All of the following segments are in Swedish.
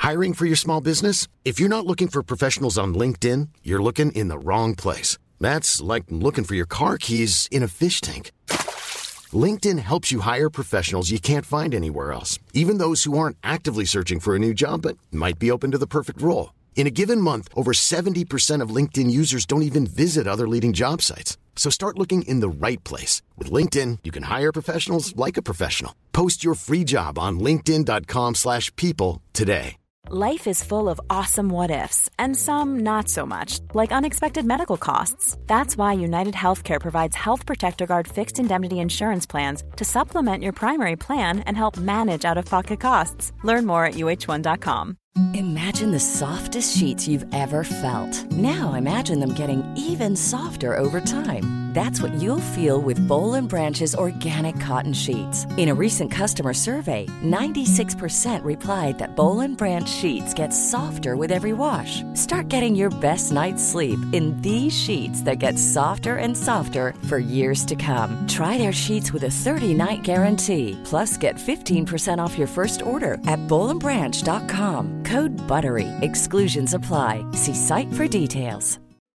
Hiring for your small business? If you're not looking for professionals on LinkedIn, you're looking in the wrong place. That's like looking for your car keys in a fish tank. LinkedIn helps you hire professionals you can't find anywhere else, even those who aren't actively searching for a new job but might be open to the perfect role. In a given month, over 70% of LinkedIn users don't even visit other leading job sites. So start looking in the right place. With LinkedIn, you can hire professionals like a professional. Post your free job on linkedin.com/people today. Life is full of awesome what-ifs, and some not so much, like unexpected medical costs. That's why United Healthcare provides Health Protector Guard fixed indemnity insurance plans to supplement your primary plan and help manage out-of-pocket costs. Learn more at uh1.com. Imagine the softest sheets you've ever felt. Now imagine them getting even softer over time. That's what you'll feel with Boll & Branch's organic cotton sheets. In a recent customer survey, 96% replied that Boll & Branch sheets get softer with every wash. Start getting your best night's sleep in these sheets that get softer and softer for years to come. Try their sheets with a 30-night guarantee. Plus, get 15% off your first order at bollandbranch.com. Code BUTTERY. Exclusions apply. See site for details.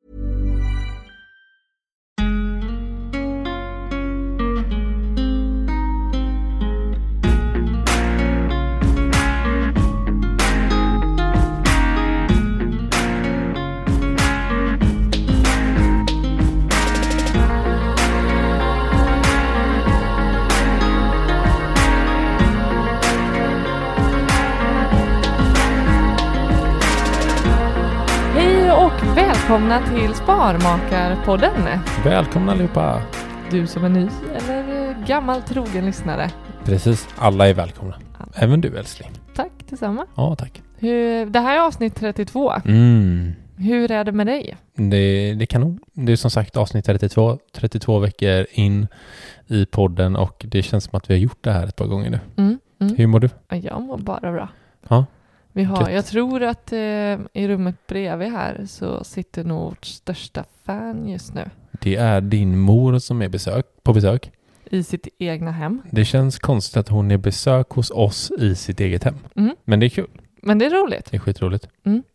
Välkomna till Sparmakarpodden. Välkomna allihopa. Du som är ny eller gammal trogen lyssnare. Precis, alla är välkomna. Även du, älskling. Tack, detsamma. Ja, tack. Det här är avsnitt 32. Hur är det med dig? Det kan nog. Det är som sagt avsnitt 32 veckor in i podden och det känns som att vi har gjort det här ett par gånger nu. Hur mår du? Jag mår bara bra. Ja. Jag tror att i rummet bredvid här så sitter nog vårt största fan just nu. Det är din mor som är på besök. I sitt egna hem. Det känns konstigt att hon är besök hos oss i sitt eget hem. Men det är kul. Men det är roligt. Det är skitroligt.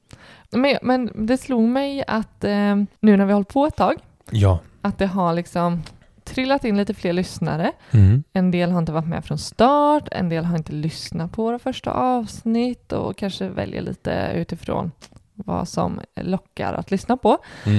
Men det slog mig att nu när vi hållit på ett tag. Ja. Att det har liksom trillat in lite fler lyssnare. En del har inte varit med från start. En del har inte lyssnat på våra första avsnitt. Och kanske väljer lite utifrån vad som lockar att lyssna på.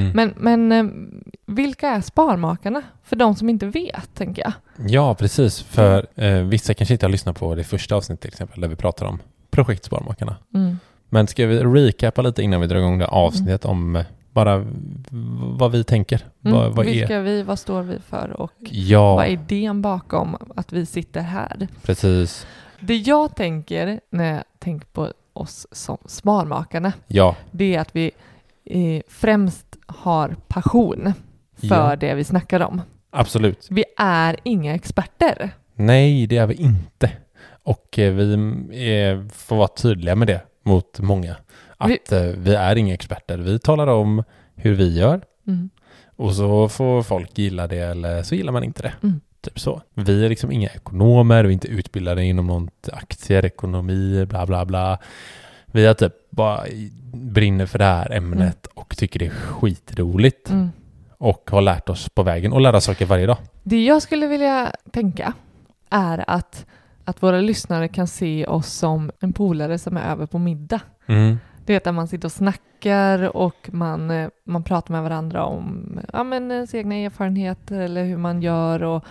Men vilka är Sparmakarna? För de som inte vet, tänker jag. Ja, precis. För vissa kanske inte har lyssnat på det första avsnittet till exempel. Där vi pratar om projekt Sparmakarna. Men ska vi recapa lite innan vi drar igång det avsnittet om bara vad vi tänker. Vilka är vi, vad står vi för och vad är idén bakom att vi sitter här? Precis. Det jag tänker när jag tänker på oss som Sparmakarna, det är att vi främst har passion för det vi snackar om. Absolut. Vi är inga experter. Nej, det är vi inte. Och vi får vara tydliga med det mot många. Att vi är inga experter. Vi talar om hur vi gör. Och så får folk gilla det eller så gillar man inte det. Typ så. Vi är liksom inga ekonomer. Vi är inte utbildade inom något aktier, ekonomi, bla bla bla. Vi har typ bara brinner för det här ämnet och tycker det är skitroligt. Och har lärt oss på vägen och lära saker varje dag. Det jag skulle vilja tänka är att våra lyssnare kan se oss som en polare som är över på middag. Det är att man sitter och snackar och man pratar med varandra om sina egna erfarenheter eller hur man gör och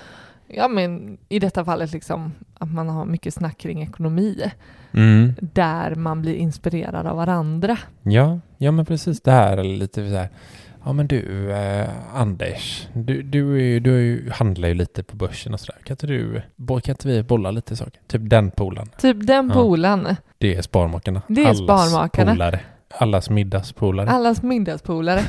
i detta fallet liksom att man har mycket snack kring ekonomi där man blir inspirerad av varandra. Ja men precis, det här är lite så här. Ja men du Anders, du handlar ju lite på börsen och sådär. Kan inte vi bolla lite saker? Typ den polan. Polan. Det är Sparmakarna. Det är Sparmakarna. Polare. Allas middagspolare. Allas middagspolare.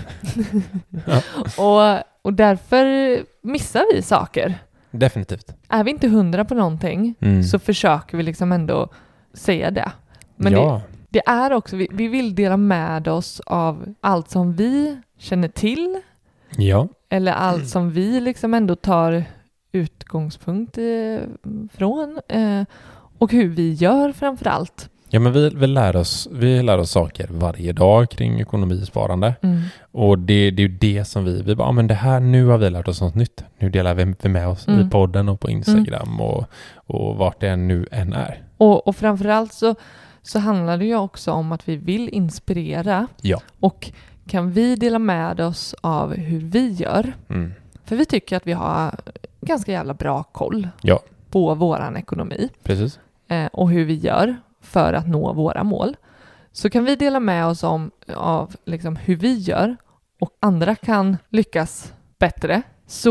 och därför missar vi saker. Definitivt. Är vi inte 100 på någonting så försöker vi liksom ändå säga det. Men det är också, vi vill dela med oss av allt som vi känner till. Ja. Eller allt som vi liksom ändå tar utgångspunkt från. Och hur vi gör framförallt. Ja, men vi lär oss saker varje dag kring ekonomisparande. Och det är ju det som vi bara, men det här, nu har vi lärt oss något nytt. Nu delar vi med oss i podden och på Instagram och vart det nu än är. Och framförallt så handlar det ju också om att vi vill inspirera. Ja. Och kan vi dela med oss av hur vi gör? För vi tycker att vi har ganska jävla bra koll på våran ekonomi. Precis. Och hur vi gör för att nå våra mål. Så kan vi dela med oss av liksom hur vi gör och andra kan lyckas bättre.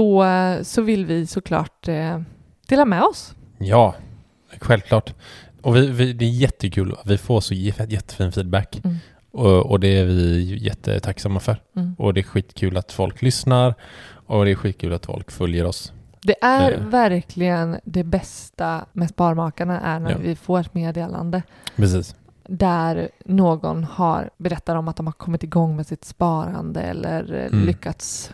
Så vill vi såklart dela med oss. Ja, självklart. Och det är jättekul. Vi får så jättefin feedback. Och det är vi jättetacksamma för. Och det är skitkul att folk lyssnar. Och det är skitkul att folk följer oss. Det är verkligen det bästa med Sparmakarna är när vi får ett meddelande. Precis. Där någon berättar om att de har kommit igång med sitt sparande eller lyckats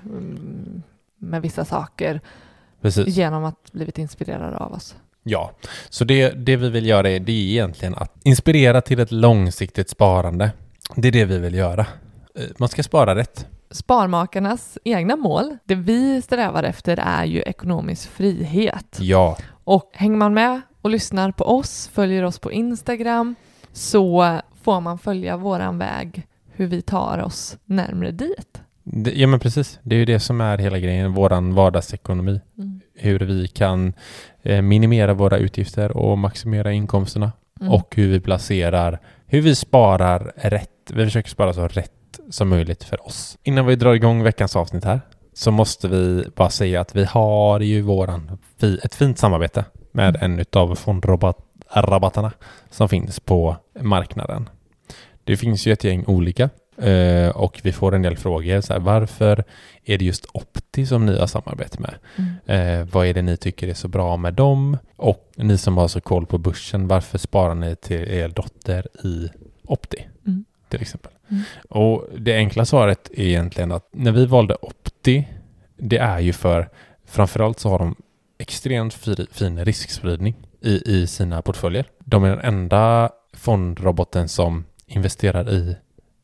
med vissa saker. Precis. Genom att blivit inspirerade av oss. Ja, så det vi vill göra det är egentligen att inspirera till ett långsiktigt sparande. Det är det vi vill göra. Man ska spara rätt. Sparmakarnas egna mål, det vi strävar efter är ju ekonomisk frihet. Ja. Och hänger man med och lyssnar på oss, följer oss på Instagram, så får man följa våran väg hur vi tar oss närmare dit. Ja, men precis. Det är ju det som är hela grejen, våran vardagsekonomi. Hur vi kan minimera våra utgifter och maximera inkomsterna. Och hur vi sparar rätt. Vi försöker spara så rätt som möjligt för oss. Innan vi drar igång veckans avsnitt här så måste vi bara säga att vi har ju ett fint samarbete med en utav fondrabatterna som finns på marknaden. Det finns ju ett gäng olika och vi får en del frågor. Så här, varför är det just Opti som ni har samarbete med? Vad är det ni tycker är så bra med dem? Och ni som har så koll på börsen, varför sparar ni till er dotter i Opti? Till exempel. Och det enkla svaret är egentligen att när vi valde Opti, det är ju för framförallt så har de extremt fin riskspridning i sina portföljer. De är den enda fondroboten som investerar i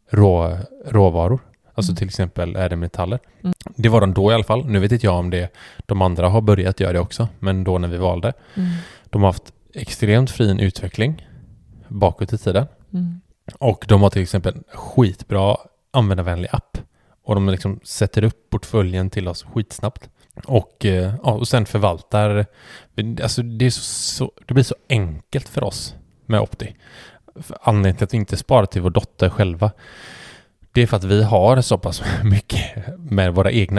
råvaror. Alltså till exempel ädelmetaller. Det var de då i alla fall. Nu vet inte jag om de andra har börjat göra det också. Men då när vi valde. De har haft extremt fin utveckling bakåt i tiden. Och de har till exempel en skitbra användarvänlig app. Och de liksom sätter upp portföljen till oss skitsnabbt. Och sen förvaltar. Alltså det blir så enkelt för oss med Opti. Anledningen till att vi inte sparar till vår dotter själva, det är för att vi har så pass mycket med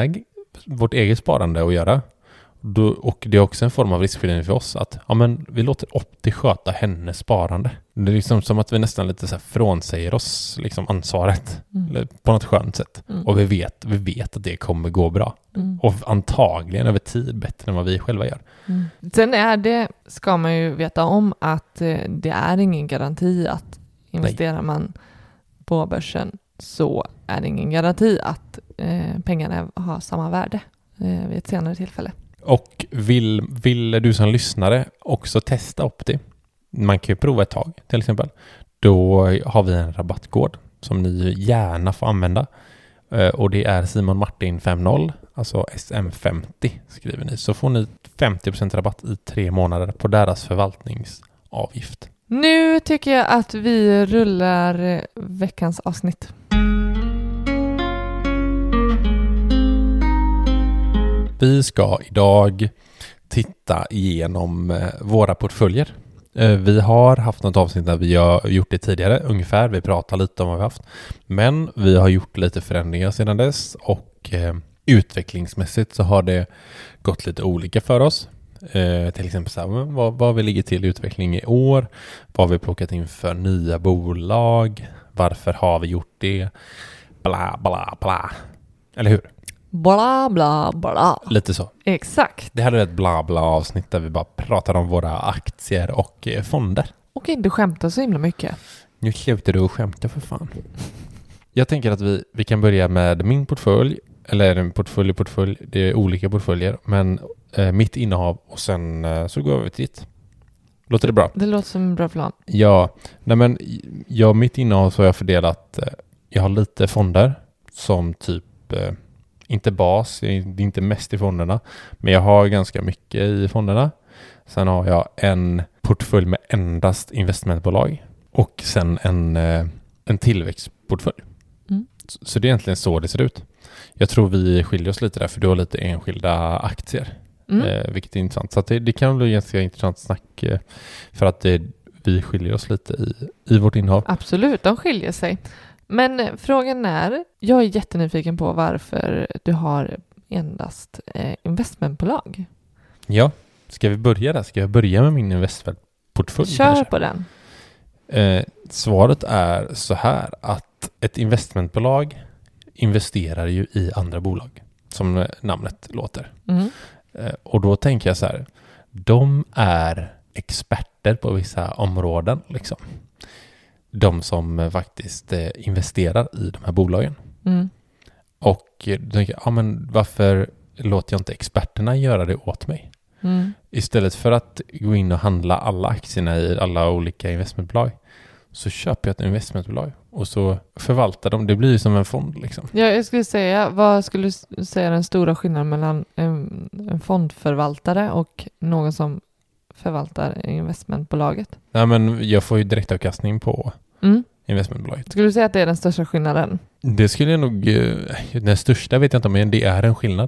vårt eget sparande att göra. Och det är också en form av riskfördelning för oss att vi låter Opti sköta hennes sparande. Det är liksom som att vi nästan lite så här frånsäger oss liksom ansvaret på något skönt sätt. Och vi vet att det kommer gå bra. Och antagligen över tid bättre än vad vi själva gör. Sen ska man ju veta om att det är ingen garanti att investerar man på börsen så är det ingen garanti att pengarna har samma värde vid ett senare tillfälle. Och vill du som lyssnare också testa Opti? Man kan ju prova ett tag till exempel. Då har vi en rabattkod som ni gärna får använda. Och det är Simon Martin 50, alltså SM50 skriver ni. Så får ni 50% rabatt i 3 månader på deras förvaltningsavgift. Nu tycker jag att vi rullar veckans avsnitt. Vi ska idag titta igenom våra portföljer. Vi har haft något avsnitt där vi har gjort det tidigare ungefär. Vi pratar lite om vad vi har haft. Men vi har gjort lite förändringar sedan dess och utvecklingsmässigt så har det gått lite olika för oss. Till exempel så här, vad vi ligger till utveckling i år. Vad vi plockat in för nya bolag. Varför har vi gjort det? Bla bla bla. Eller hur? Bla bla bla. Lite så. Exakt. Det här är ett bla bla avsnitt där vi bara pratar om våra aktier och fonder. Och inte skämta så himla mycket. Nu slutar du att skämta för fan. Jag tänker att vi kan börja med min portfölj. Eller en portfölj. Det är olika portföljer. Men mitt innehav och sen så går vi till ditt. Låter det bra? Det låter som en bra plan. Ja, men mitt innehav så har jag fördelat, jag har lite fonder som typ, inte bas, det är inte mest i fonderna, men jag har ganska mycket i fonderna. Sen har jag en portfölj med endast investmentbolag och sen en tillväxtportfölj. Så det är egentligen så det ser ut. Jag tror vi skiljer oss lite där, för du har lite enskilda aktier. Vilket är intressant. Så att det kan bli ganska intressant snack för att vi skiljer oss lite i vårt innehav. Absolut, de skiljer sig. Men frågan är, jag är jättenyfiken på varför du har endast investmentbolag. Ja, ska vi börja där? Ska jag börja med min investmentportfölj? Kör kanske? På den. Svaret är så här att ett investmentbolag investerar ju i andra bolag, som namnet låter. Och då tänker jag så här, de är experter på vissa områden liksom. De som faktiskt investerar i de här bolagen. Och då tänker jag, men varför låter jag inte experterna göra det åt mig? Istället för att gå in och handla alla aktierna i alla olika investmentbolag, så köper jag ett investmentbolag och så förvaltar de. Det blir ju som en fond liksom. Ja, jag skulle säga, vad skulle du säga den stora skillnaden mellan en fondförvaltare och någon som förvaltar investmentbolaget? Nej, men jag får ju direktavkastning på investmentbolaget. Skulle du säga att det är den största skillnaden? Det skulle jag nog, den största vet jag inte, men det är en skillnad.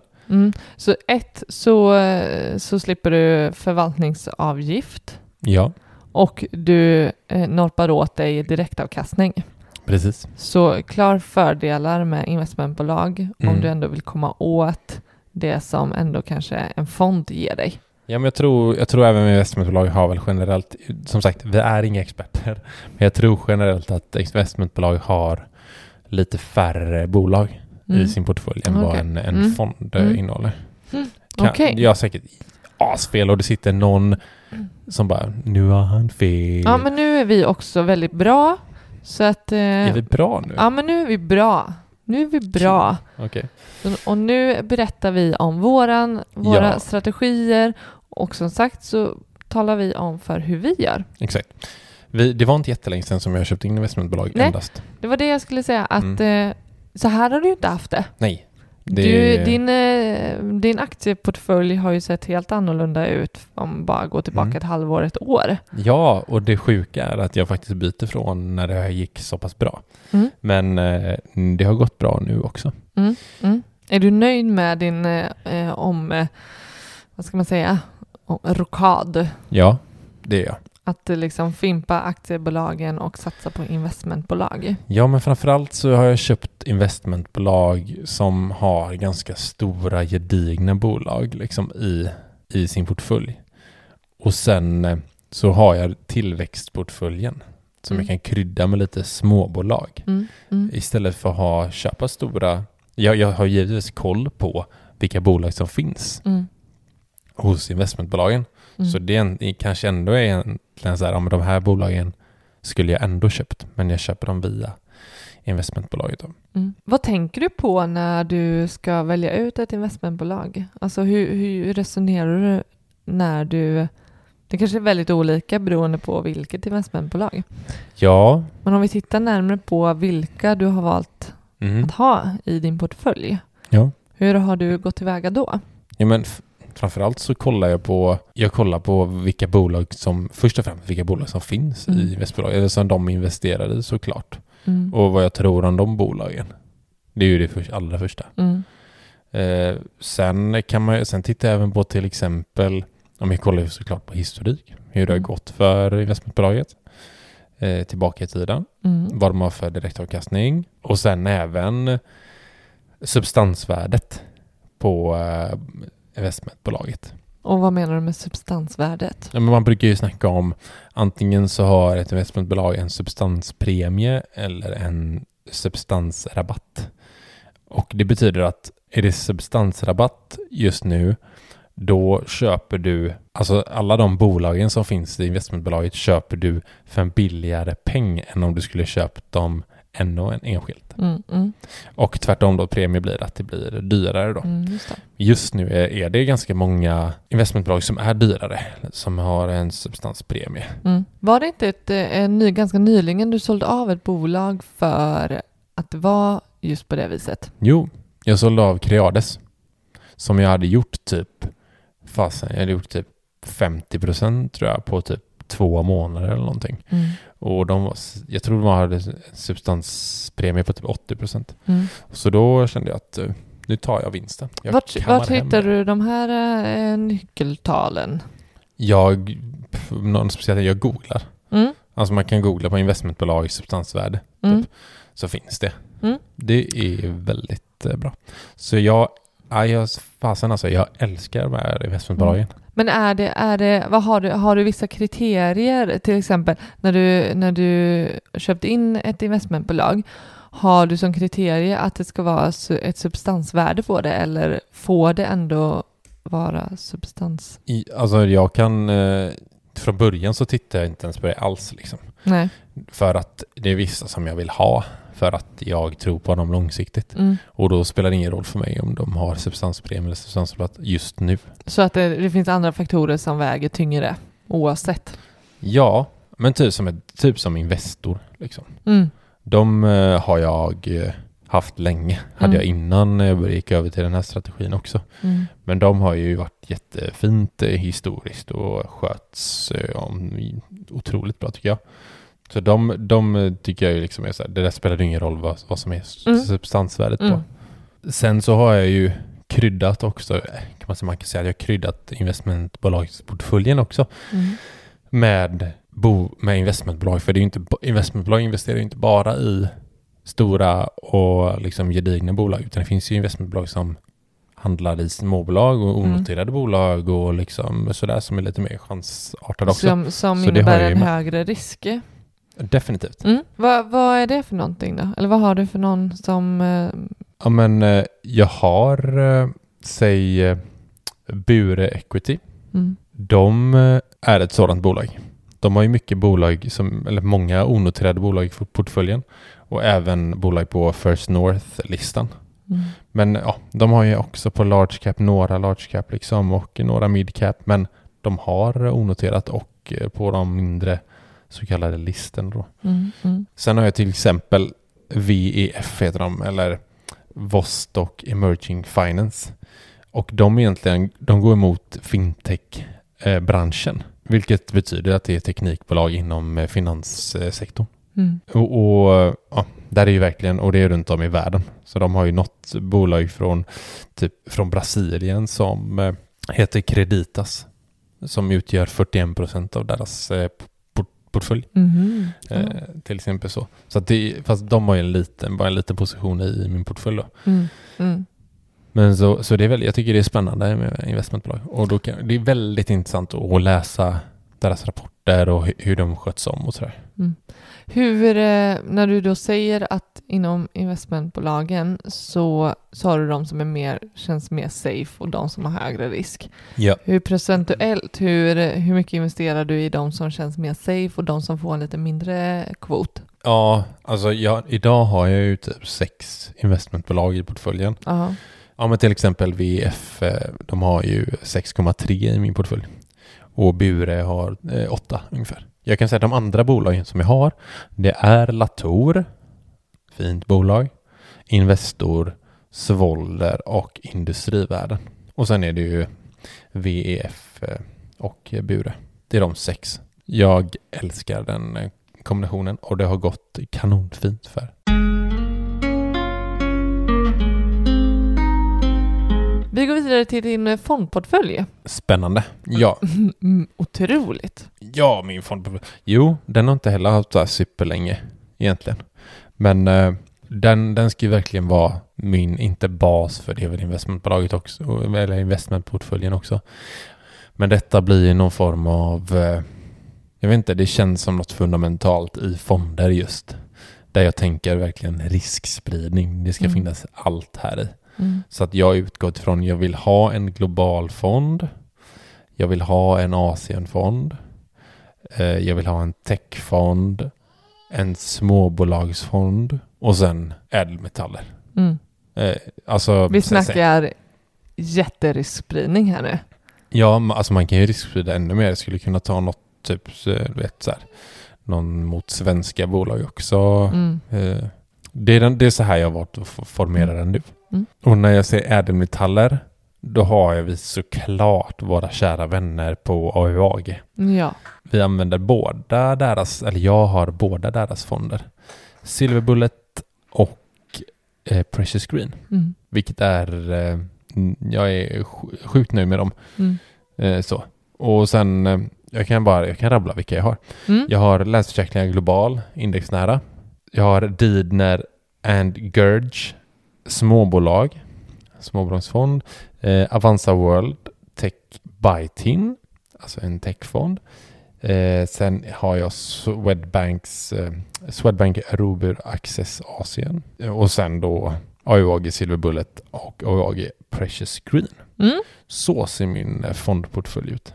Så slipper du förvaltningsavgift. Ja. Och du norpar åt dig direktavkastning. Precis. Så klar fördelar med investmentbolag om du ändå vill komma åt det som ändå kanske en fond ger dig. Ja, men jag tror även investmentbolag har väl generellt, som sagt, vi är inga experter, men jag tror generellt att investmentbolag har lite färre bolag i sin portfölj än vad en fond innehåller. Jag har säkert asfel och det sitter någon som bara, nu har han fel. Ja, men nu är vi också väldigt bra. Så att, är vi bra nu? Ja, men nu är vi bra. Okay. Och nu berättar vi om våra strategier. Och som sagt så talar vi om för hur vi gör. Exakt. Det var inte jättelänge sedan som jag köpte in investmentbolag. Nej, endast. Det var det jag skulle säga. Att så här har du inte haft det. Nej. Din aktieportfölj har ju sett helt annorlunda ut om man bara går tillbaka ett halvår, ett år. Ja, och det sjuka är att jag faktiskt byter från när det gick så pass bra. Men det har gått bra nu också. Är du nöjd med din vad ska man säga, rokad? Ja, det är jag. Att liksom fimpa aktiebolagen och satsa på investmentbolag. Ja, men framförallt så har jag köpt investmentbolag som har ganska stora gedigna bolag liksom i sin portfölj. Och sen så har jag tillväxtportföljen som jag kan krydda med lite småbolag. Istället för att köpa stora. Jag har givetvis koll på vilka bolag som finns hos investmentbolagen. Så det kanske ändå är egentligen så här, om de här bolagen skulle jag ändå köpt, men jag köper dem via investmentbolaget då. Vad tänker du på när du ska välja ut ett investmentbolag? Alltså hur resonerar du när du... Det kanske är väldigt olika beroende på vilket investmentbolag. Ja. Men om vi tittar närmare på vilka du har valt att ha i din portfölj. Ja. Hur har du gått tillväga då? Ja, men framförallt så kollar jag på vilka bolag som, först och främst vilka bolag som finns i investmentbolag, eller som de investerar i såklart. Och vad jag tror om de bolagen. Det är ju det allra första. Sen tittar jag även på till exempel, om jag kollar såklart på historik, hur det har gått för investmentbolaget tillbaka i tiden. Vad de har för direktavkastning. Och sen även substansvärdet på investmentbolaget. Och vad menar du med substansvärdet? Ja, men man brukar ju snacka om antingen så har ett investmentbolag en substanspremie eller en substansrabatt. Och det betyder att är det substansrabatt just nu, då köper du, alltså alla de bolagen som finns i investmentbolaget köper du för en billigare peng än om du skulle köpt dem än en enskilt. Och tvärtom då, premie blir att det blir dyrare då. Just det. Just nu är det ganska många investmentbolag som är dyrare, som har en substanspremie. Var det inte ganska nyligen du sålde av ett bolag för att det var just på det viset? Jo, jag sålde av Creades som jag hade gjort typ 50% tror jag på typ 2 månader eller någonting. Och jag tror de hade en substanspremie på typ 80%. Så då kände jag att nu tar jag vinsten. Vart hittar du de här nyckeltalen? Jag googlar. Alltså man kan googla på investmentbolag substansvärde. Typ. Så finns det. Det är väldigt bra. Så jag älskar de här investmentbolagen. Men har du vissa kriterier, till exempel när du köpte in ett investmentbolag, har du som kriterie att det ska vara ett substansvärde på det, eller får det ändå vara substans? Alltså jag kan från början så tittar jag inte ens på det alls liksom. Nej. För att det är vissa som jag vill ha för att jag tror på dem långsiktigt. Och då spelar det ingen roll för mig om de har substanspremie eller substansrabatt just nu. Så att det finns andra faktorer som väger tyngre oavsett? Ja, men typ som Investor liksom. De har jag haft länge. Hade jag innan jag gick över till den här strategin också. Men de har ju varit jättefint historiskt och sköts otroligt bra tycker jag. Så de tycker jag ju liksom är så här, det där spelar ingen roll vad som är substansvärdet på. Sen så har jag ju kryddat också, man kan säga att jag har kryddat investmentbolagsportföljen också med investmentbolag. För det är ju inte, investmentbolag investerar ju inte bara i stora och liksom gedigna bolag, utan det finns ju investmentbolag som handlar i småbolag och onoterade bolag och liksom sådär som är lite mer chansartade också. Som innebär en högre risk. Definitivt. Vad är det för någonting då? Eller vad har du för någon som... Ja men jag har Bure Equity. De är ett sådant bolag. De har ju mycket bolag eller många onoterade bolag för portföljen och även bolag på First North-listan. Men ja, de har ju också på large cap några large cap liksom och några mid cap, men de har onoterat och på de mindre så kallade listen då. Sen har jag till exempel VEF heter de, eller Vostok Emerging Finance. Och de går emot fintech-branschen. Vilket betyder att det är teknikbolag inom finanssektorn. Och där är ju verkligen, och det är runt om i världen. Så de har ju något bolag från Brasilien som heter Creditas. Som utgör 41% av deras portfölj. Till exempel så. Så att fast de har ju bara en liten position i min portfölj då. Men så det är jag tycker det är spännande med investmentbolag. Och det är väldigt intressant att läsa deras rapporter och hur de sköts om och sådär. När du då säger att inom investmentbolagen så har du de som känns mer safe och de som har högre risk. Ja. Hur procentuellt, hur mycket investerar du i de som känns mer safe och de som får en lite mindre kvot? Ja, alltså idag har jag ju typ 6 investmentbolag i portföljen. Ja, men till exempel VF, de har ju 6,3 i min portfölj. Och Bure har 8 ungefär. Jag kan säga att de andra bolagen som jag har, det är Latour, fint bolag, Investor, Svolder och Industrivärden. Och sen är det ju VEF och Bure. Det är de 6. Jag älskar den kombinationen och det har gått kanonfint för. Vi går vidare till din fondportfölj. Spännande. Ja. Otroligt. Ja, min fondportfölj. Jo, den har inte heller haft så här superlänge egentligen. Men den ska ju verkligen vara inte bas för det investmentbolaget också, eller investmentportföljen också. Men detta blir någon form av, jag vet inte, det känns som något fundamentalt i fonder just. Där jag tänker verkligen riskspridning. Det ska finnas allt här i. Så att jag utgått från jag vill ha en global fond. Jag vill ha en Asienfond. Jag vill ha en techfond. en småbolagsfond och sen ädelmetaller. Alltså, vi snackar jätteriskspridning här nu. Ja, alltså man kan ju risksprida ännu mer. Jag skulle kunna ta något typ, du vet så här, någon mot svenska bolag också. Det är så här jag har varit och formera den nu. Och när jag säger ädelmetaller, då har vi såklart våra kära vänner på AUAG. Ja. Vi använder båda deras, eller jag har båda deras fonder. Silver Bullet och Precious Green. Vilket är, jag är sjukt nöjd med dem. Så. Och sen, jag kan rabbla vilka jag har. Jag har Länsförsäkringar Global, indexnära. Jag har Didner and Gerge, småbolagsfond. Avanza World Tech Bytin, alltså en techfond. Sen har jag Swedbank Robur Access Asien. Och sen då AUAG Silver Bullet och AUAG Precious Green. Så ser min fondportfölj ut.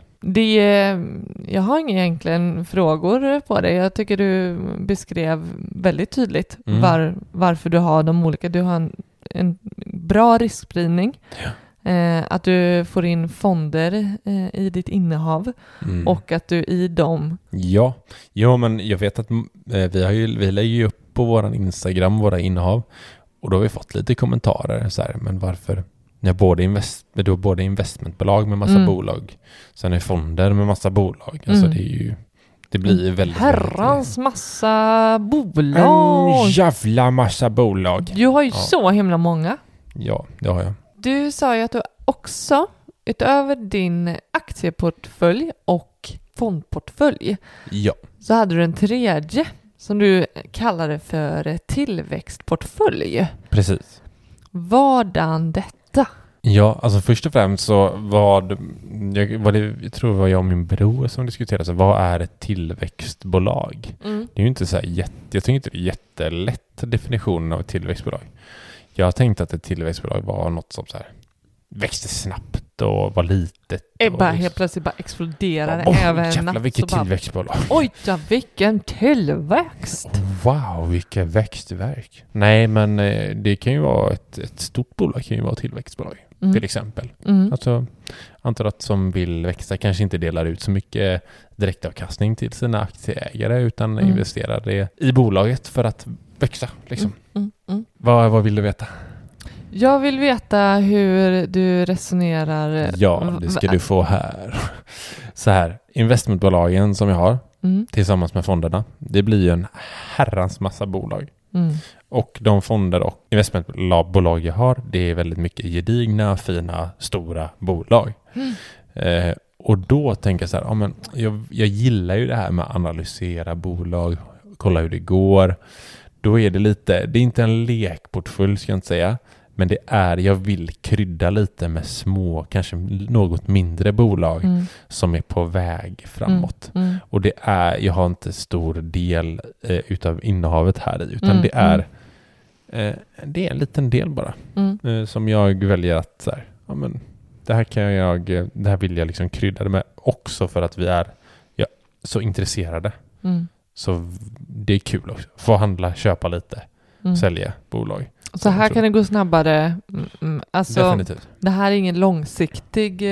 Jag har inga egentligen frågor på det. Jag tycker du beskrev väldigt tydligt varför du har de olika. Du har en bra riskspridning. Ja. Att du får in fonder i ditt innehav och att du i dem... Ja, men jag vet att vi lägger ju upp på våran Instagram våra innehav och då har vi fått lite kommentarer så här, men varför... Du har både investmentbolag med massa bolag. Sen är fonder med massa bolag. Alltså det blir väldigt... Herrans massa bolag. En jävla massa bolag. Du har ju så himla många. Ja, det har jag. Du sa ju att du också, utöver din aktieportfölj och fondportfölj, så hade du en tredje som du kallade för tillväxtportfölj. Precis. Vadan detta? Ja, alltså först och främst så jag tror det var jag och min bror som diskuterade, så vad är ett tillväxtbolag? Det är ju inte så här jag tycker inte det är jättelätt definitionen av ett tillväxtbolag. Jag tänkte att ett tillväxtbolag var något som så här växte snabbt och var litet. Helt plötsligt bara exploderade över en natt. Vilket tillväxtbolag. Oj, vilken tillväxt! Wow, vilka växtverk. Nej, men det kan ju vara ett stort bolag kan ju vara ett tillväxtbolag till exempel. Alltså, antar att som vill växa kanske inte delar ut så mycket direktavkastning till sina aktieägare utan investerar det i bolaget för att växa. Liksom. Vad vill du veta? Jag vill veta hur du resonerar. Ja, det ska du få här. Så här, investmentbolagen som jag har tillsammans med fonderna, det blir ju en herrans massa bolag. Och de fonder och investmentbolag jag har, det är väldigt mycket gedigna, fina, stora bolag. Och då tänker jag så här, men jag gillar ju det här med att analysera bolag, kolla hur det går. Då är det är inte en lekportfölj ska jag inte säga. Men jag vill krydda lite med små, kanske något mindre bolag som är på väg framåt. Och jag har inte stor del utav innehavet här i, utan det är en liten del bara. Som jag väljer att så här, det här vill jag liksom krydda det med också för att vi är så intresserade. Så det är kul också. Få handla, köpa lite, sälja bolag. Så här kan det gå snabbare. Alltså, definitivt. Det här är ingen långsiktig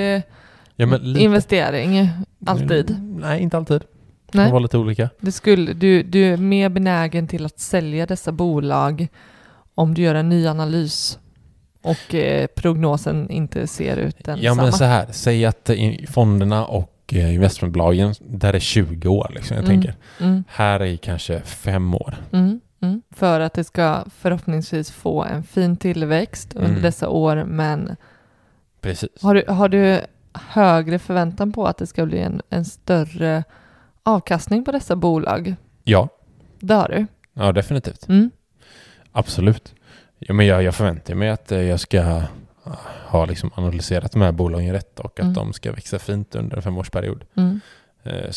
investering alltid. Nej, inte alltid. Det kan vara lite olika. Du är mer benägen till att sälja dessa bolag om du gör en ny analys och prognosen inte ser ut den samma. Men så här, säg att fonderna och investmentbolagen där är 20 år liksom, jag tänker. Här är kanske 5 år. För att det ska förhoppningsvis få en fin tillväxt under dessa år, men precis. Har du högre förväntan på att det ska bli en större avkastning på dessa bolag? Ja. Det har du? Ja, definitivt. Absolut. Ja, men jag förväntar mig att jag ska ha liksom analyserat de här bolagen rätt och att de ska växa fint under en 5-årsperiod. Så.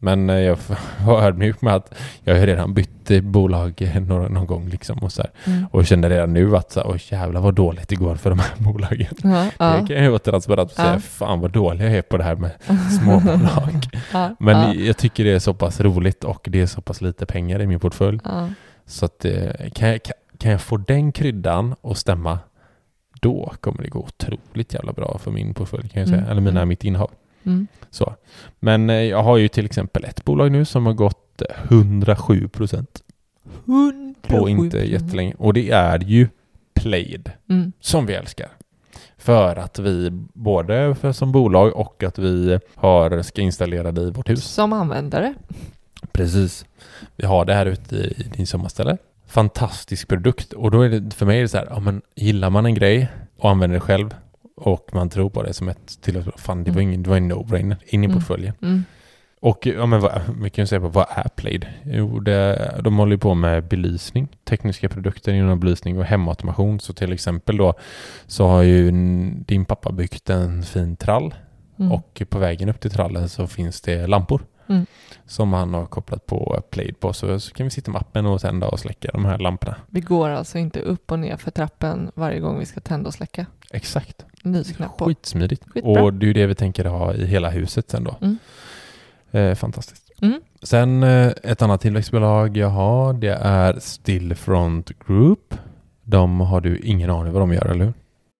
Men jag var ödmjuk med att jag har redan bytt bolag någon gång liksom och så här. Och kände redan nu att så här, jävlar vad dåligt det går för de här bolagen. Det kan jag ju vara transparent och säga, fan vad dålig jag är på det här med småbolag. Men jag tycker det är så pass roligt och det är så pass lite pengar i min portfölj. Så att kan jag få den kryddan och stämma, då kommer det gå otroligt jävla bra för min portfölj kan jag säga. Eller mitt innehav. Så. Men jag har ju till exempel ett bolag nu som har gått 107%. På inte jättelänge. Och det är ju Plaid som vi älskar. För att vi både som bolag och att vi ska installera det i vårt hus. Som användare. Precis. Vi har det här ute i din sommarställe. Fantastisk produkt. Och då är det för mig så här, men gillar man en grej och använder det själv och man tror på det som ett till att fan, det var en no-brainer in i portföljen. Och vi kan ju säga på vad är Plaid? Jo, de håller på med belysning, tekniska produkter inom belysning och hemautomation. Så till exempel då så har ju din pappa byggt en fin trall och på vägen upp till trallen så finns det lampor som han har kopplat på Plaid på. Så kan vi sitta med appen och tända och släcka de här lamporna. Vi går alltså inte upp och ner för trappen varje gång vi ska tända och släcka. Exakt. Lysknapp på. Skitsmidigt. Skitbra. Och det är ju det vi tänker ha i hela huset sen då. Fantastiskt. Sen ett annat tillväxtbolag jag har, det är Stillfront Group. De har du ingen aning vad de gör, eller hur?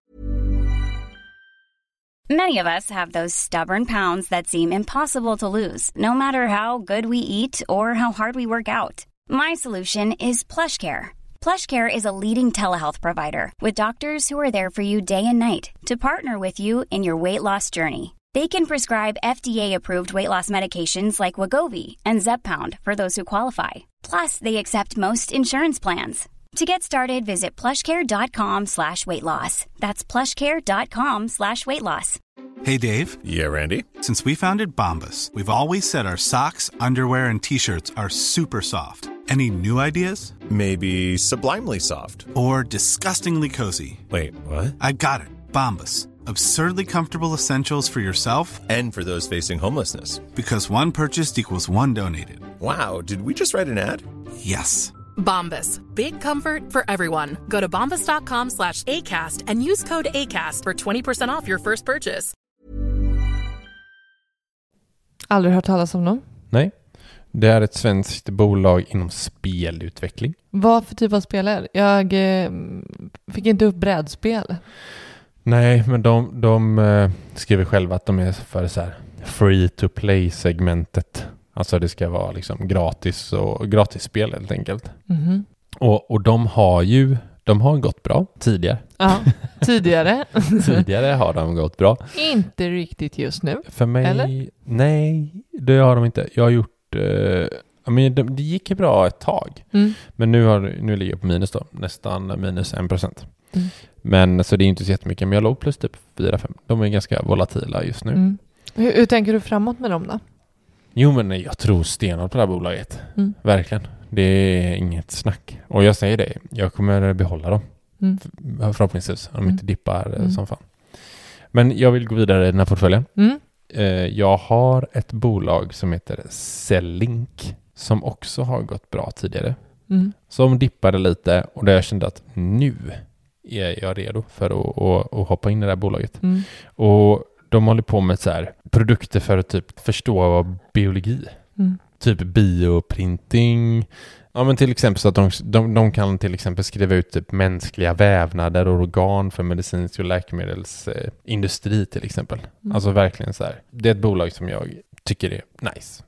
Many of us have those stubborn pounds that seem impossible to lose, no matter how good we eat or how hard we work out. My solution is PlushCare. PlushCare is a leading telehealth provider with doctors who are there for you day and night to partner with you in your weight loss journey. They can prescribe FDA-approved weight loss medications like Wegovy and Zepbound for those who qualify. Plus, they accept most insurance plans. To get started, visit plushcare.com/weightloss. That's plushcare.com/weightloss. Hey, Dave. Yeah, Randy. Since we founded Bombas, we've always said our socks, underwear, and T-shirts are super soft. Any new ideas? Maybe sublimely soft. Or disgustingly cozy. Wait, what? I got it. Bombas. Absurdly comfortable essentials for yourself and for those facing homelessness. Because one purchased equals one donated. Wow, did we just write an ad? Yes. Bombas. Big comfort for everyone. Go to bombas.com/ACAST and use code ACAST for 20% off your first purchase. Aldrig hört talas om dem? Nej. Det är ett svenskt bolag inom spelutveckling. Vad för typ av spel är det? Jag fick inte upp brädspel. Nej, men de skriver själva att de är för så här free-to-play-segmentet. Alltså det ska vara liksom gratis spel helt enkelt. Och de har gått bra tidigare. Ja, tidigare. Tidigare har de gått bra. Inte riktigt just nu. För mig, eller? Nej, det har de inte. Jag har gjort det gick bra ett tag. Men nu ligger jag på minus då. Nästan minus 1%. Men så det är inte så jättemycket. Men jag låg plus typ 4-5. De är ganska volatila just nu. Hur tänker du framåt med dem då? Jo, men jag tror stenhårt på det här bolaget. Verkligen. Det är inget snack. Och jag säger det. Jag kommer behålla dem. Förhoppningsvis. Om de inte dippar som fan. Men jag vill gå vidare i den här portföljen. Jag har ett bolag som heter Cellink. Som också har gått bra tidigare. Som dippade lite. Och där jag kände att nu är jag redo för att hoppa in i det här bolaget. Och de håller på med så här produkter för att typ förstå biologi. Typ bioprinting. Ja, men till exempel så att de kan till exempel skriva ut typ mänskliga vävnader och organ för medicinsk och läkemedelsindustri till exempel. Alltså verkligen så här. Det är ett bolag som jag tycker är nice.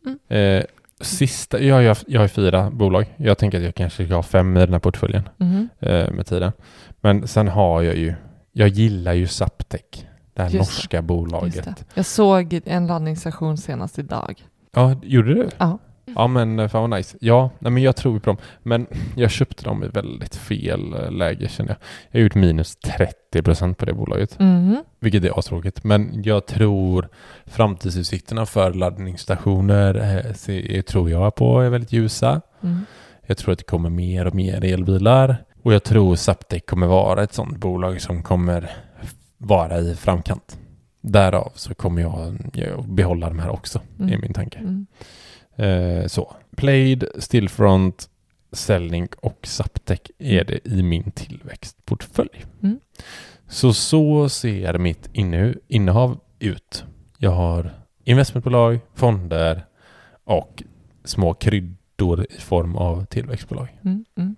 Jag har 4 bolag. Jag tänker att jag kanske ska ha 5 i den här portföljen med tiden. Men sen har jag gillar ju Zaptec. Det här norska bolaget. Jag såg en landningsstation senast idag. Ja, gjorde du? Ja. Ja, men fan vad nice. Ja, men jag tror på dem. Men jag köpte dem i väldigt fel läge, känner jag. Jag har gjort minus 30% på det bolaget. Vilket är astråkigt. Men jag tror framtidsutsikterna för laddningsstationer tror jag på är väldigt ljusa. Jag tror att det kommer mer och mer elbilar. Och jag tror Zaptec kommer vara ett sånt bolag som kommer vara i framkant. Därav så kommer jag behålla de här också, är min tanke. Så. Plaid, Stillfront, Cellink och Zaptec är det i min tillväxtportfölj. Mm. Så ser mitt innehav ut. Jag har investmentbolag, fonder och små kryddor i form av tillväxtbolag. Mm. Mm.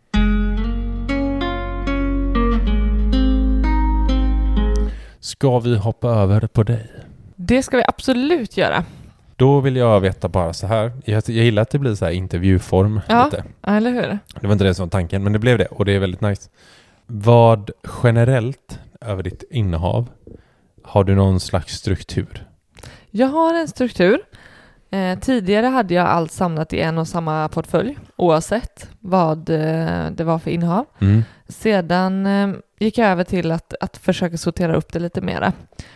Ska vi hoppa över på dig? Det ska vi absolut göra. Då vill jag veta bara så här. Jag gillar att det blir så här intervjuform. Ja, lite. Eller hur? Det var inte det som var tanken, men det blev det. Och det är väldigt nice. Vad generellt över ditt innehav har du någon slags struktur? Jag har en struktur. Tidigare hade jag allt samlat i en och samma portfölj, oavsett vad det var för innehav. Mm. Sedan gick jag över till att försöka sortera upp det lite mera.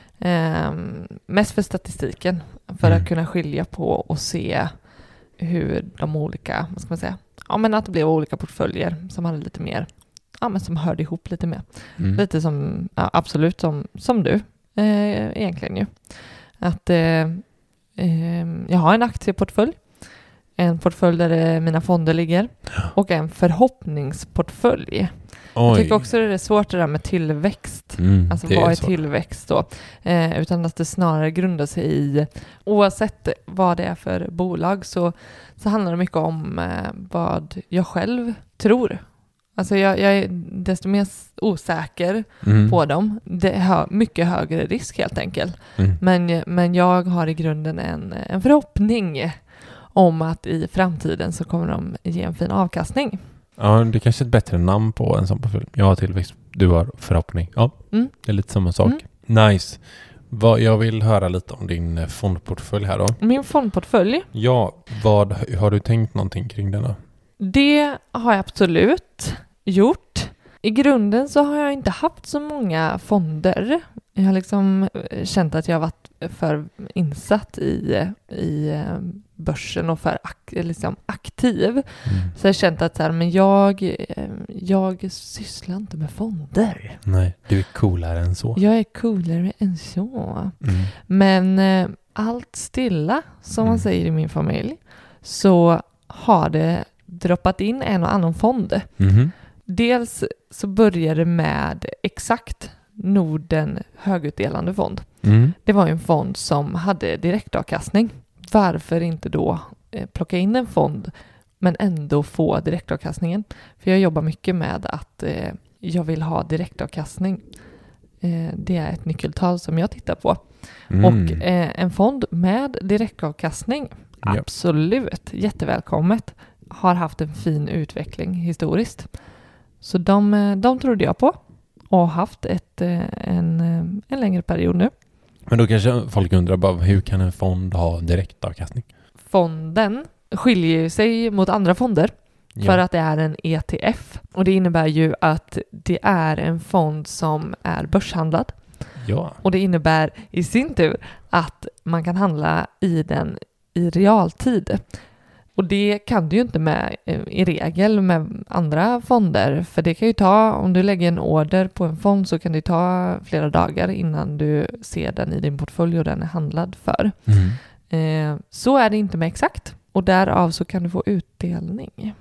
Mest för statistiken, för att kunna skilja på och se hur de olika, vad ska man säga, ja, men att det blev olika portföljer som hade lite mer, ja, men som hörde ihop lite mer. Mm. Lite som, ja, absolut som du egentligen ju. Att jag har en aktieportfölj, en portfölj där mina fonder ligger och en förhoppningsportfölj. Oj. Jag tycker också det är svårt det där med tillväxt. Alltså vad är tillväxt då? Utan att det snarare grundar sig i, oavsett vad det är för bolag, så handlar det mycket om vad jag själv tror. Alltså jag är desto mer osäker på dem. Det är mycket högre risk helt enkelt. Men jag har i grunden en förhoppning om att i framtiden så kommer de ge en fin avkastning. Ja, det är kanske ett bättre namn på en sån portfölj. Jag har tillväxt, du har förhoppning. Ja, det är lite samma sak. Nice. Jag vill höra lite om din fondportfölj här då. Min fondportfölj? Ja, har du tänkt någonting kring den då? Det har jag absolut gjort. I grunden så har jag inte haft så många fonder. Jag har liksom känt att jag har varit för insatt i börsen och för liksom aktiv. Så jag har känt att så här, men jag sysslar inte med fonder. Nej, du är coolare än så. Jag är coolare än så. Men allt stilla, som man säger i min familj, så har det droppat in en och annan fond. Dels så började det med exakt Norden högutdelande fond. Det var en fond som hade direktavkastning. Varför inte då plocka in en fond men ändå få direktavkastningen? För jag jobbar mycket med att jag vill ha direktavkastning. Det är ett nyckeltal som jag tittar på. Och en fond med direktavkastning, absolut, jättevälkommet. Har haft en fin utveckling historiskt. Så de trodde jag på och haft en längre period nu. Men då kanske folk undrar bara, hur kan en fond ha direktavkastning? Fonden skiljer sig mot andra fonder för att det är en ETF. Och det innebär ju att det är en fond som är börshandlad. Ja. Och det innebär i sin tur att man kan handla i den i realtid. Och det kan du ju inte med i regel med andra fonder. För det kan ju ta, om du lägger en order på en fond så kan det ta flera dagar innan du ser den i din portfölj och den är handlad för. Så är det inte med exakt. Och därav så kan du få utdelning.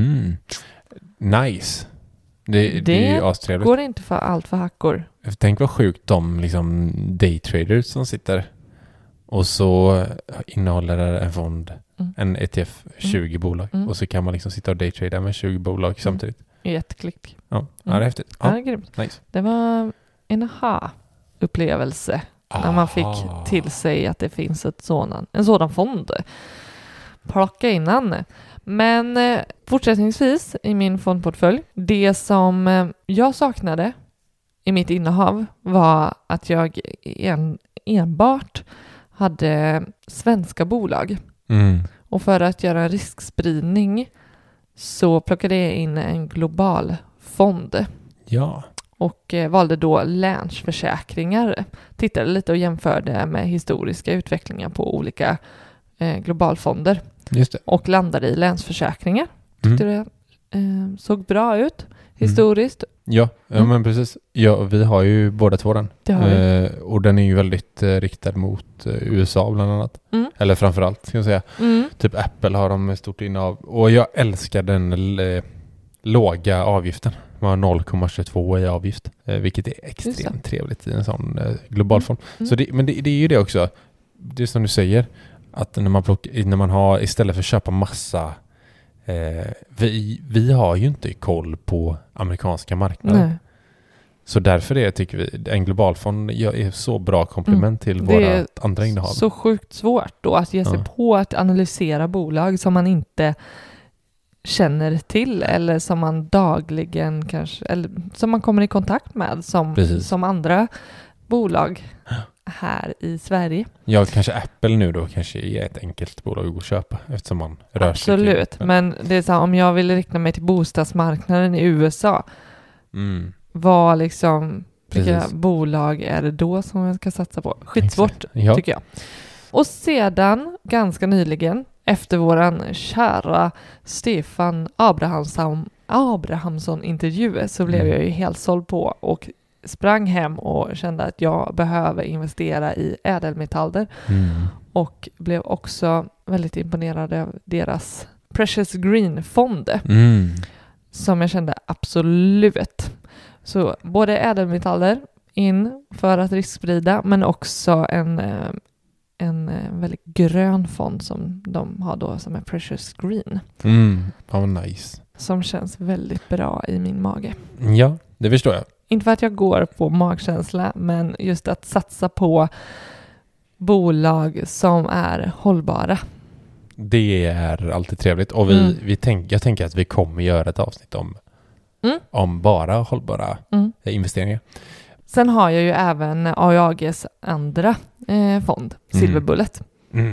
Nice. Det är ju astrevligt. Går inte för allt för hackor. Tänk vad sjukt de liksom daytraders som sitter och så innehåller en fond, en ETF, 20 bolag. Och så kan man liksom sitta och daytrada med 20 bolag samtidigt. I ett klick. Ja, det är häftigt. Ja, det är grymt. Nice. Det var en aha-upplevelse när man fick till sig att det finns en sådan fond. Plocka innan. Men fortsättningsvis i min fondportfölj, det som jag saknade i mitt innehav var att jag enbart hade svenska bolag. Och för att göra en riskspridning så plockade jag in en global fond. Ja. Och valde då Länsförsäkringar. Tittade lite och jämförde med historiska utvecklingar på olika globalfonder. Just det. Och landade i Länsförsäkringar. Tyckte det såg bra ut historiskt. Ja, men precis. Ja, vi har ju båda två den. Det har vi. Och den är ju väldigt riktad mot USA bland annat. Eller framförallt ska jag säga. Typ Apple har de stort innehav. Och jag älskar den låga avgiften. Man har 0,22 i avgift. Vilket är extremt trevligt i en sån global form. Så men det är ju det också. Det är som du säger. Att när man har, istället för att köpa massa... vi har ju inte koll på amerikanska marknaden. Nej. Så därför tycker vi en globalfond är så bra komplement till våra andra innehav. Det är så sjukt svårt då att ge sig på att analysera bolag som man inte känner till eller som man dagligen kanske, eller som man kommer i kontakt med som andra bolag här i Sverige. Ja, kanske Apple nu då kanske är ett enkelt bolag att gå och köpa eftersom man rör sig. Absolut, men det är så här, om jag vill rikta mig till bostadsmarknaden i USA, vad liksom, vilka bolag är det då som jag ska satsa på? Skitsvårt tycker jag. Och sedan, ganska nyligen, efter våran kära Stefan Abrahamsson-intervju så blev jag ju helt såld på och sprang hem och kände att jag behöver investera i ädelmetaller och blev också väldigt imponerad av deras Precious Green-fond som jag kände absolut. Så både ädelmetaller in för att risksprida men också en väldigt grön fond som de har då som är Precious Green. Nice. Som känns väldigt bra i min mage. Ja, det förstår jag. Inte för att jag går på magkänsla, men just att satsa på bolag som är hållbara. Det är alltid trevligt. Och jag tänker att vi kommer göra ett avsnitt om bara hållbara investeringar. Sen har jag ju även AIAGs andra fond, Silver Bullet.